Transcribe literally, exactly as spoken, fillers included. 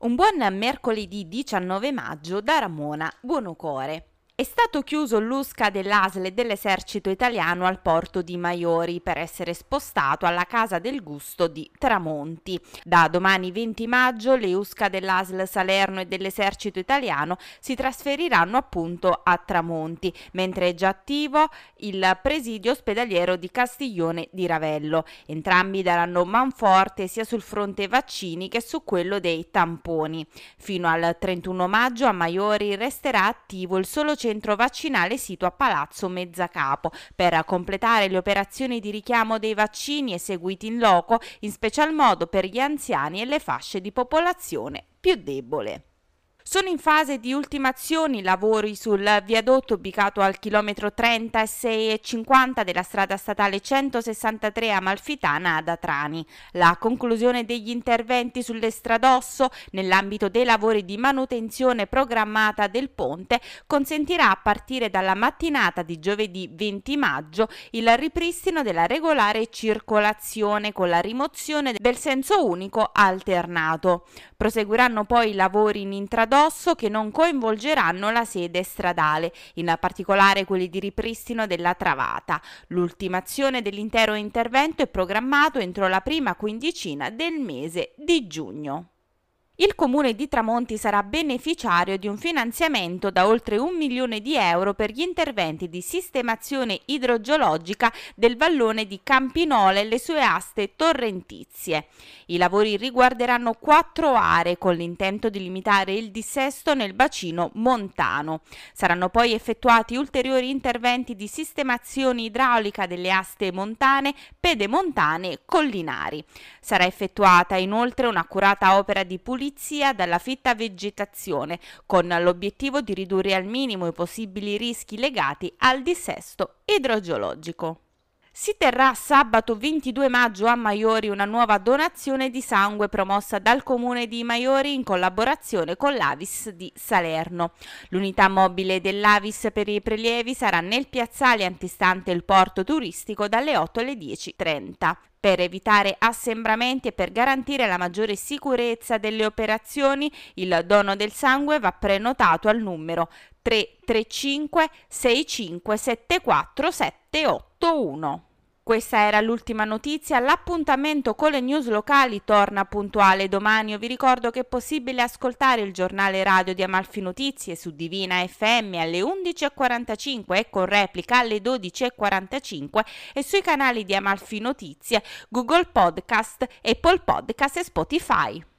Un buon mercoledì diciannove maggio da Ramona Buonocore. È stato chiuso l'U S C A dell'A S L e dell'Esercito Italiano al porto di Maiori per essere spostato alla Casa del Gusto di Tramonti. Da domani venti maggio le U S C A dell'A S L Salerno e dell'Esercito Italiano si trasferiranno appunto a Tramonti, mentre è già attivo il presidio ospedaliero di Castiglione di Ravello. Entrambi daranno manforte sia sul fronte vaccini che su quello dei tamponi. Fino al trentuno maggio a Maiori resterà attivo il solo centro vaccinale sito a Palazzo Mezzacapo per completare le operazioni di richiamo dei vaccini eseguiti in loco, in special modo per gli anziani e le fasce di popolazione più debole. Sono in fase di ultimazione i lavori sul viadotto ubicato al chilometro trenta e sei e cinquanta della strada statale centosessantatré Amalfitana ad Atrani. La conclusione degli interventi sull'estradotto nell'ambito dei lavori di manutenzione programmata del ponte consentirà a partire dalla mattinata di giovedì venti maggio il ripristino della regolare circolazione con la rimozione del senso unico alternato. Proseguiranno poi i lavori in intradosso che non coinvolgeranno la sede stradale, in particolare quelli di ripristino della travata. L'ultimazione dell'intero intervento è programmato entro la prima quindicina del mese di giugno. Il comune di Tramonti sarà beneficiario di un finanziamento da oltre un milione di euro per gli interventi di sistemazione idrogeologica del vallone di Campinola e le sue aste torrentizie. I lavori riguarderanno quattro aree con l'intento di limitare il dissesto nel bacino montano. Saranno poi effettuati ulteriori interventi di sistemazione idraulica delle aste montane, pedemontane e collinari. Sarà effettuata inoltre un'accurata opera di pulizia dalla fitta vegetazione, con l'obiettivo di ridurre al minimo i possibili rischi legati al dissesto idrogeologico. Si terrà sabato ventidue maggio a Maiori una nuova donazione di sangue promossa dal comune di Maiori in collaborazione con l'A V I S di Salerno. L'unità mobile dell'A V I S per i prelievi sarà nel piazzale antistante il porto turistico dalle otto alle dieci e trenta. Per evitare assembramenti e per garantire la maggiore sicurezza delle operazioni, il dono del sangue va prenotato al numero tre tre cinque sei cinque sette quattro sette otto uno. Questa era l'ultima notizia, l'appuntamento con le news locali torna puntuale domani. Io vi ricordo che è possibile ascoltare il giornale radio di Amalfi Notizie su Divina F M alle undici e quarantacinque e con replica alle dodici e quarantacinque e sui canali di Amalfi Notizie, Google Podcast, Apple Podcast e Spotify.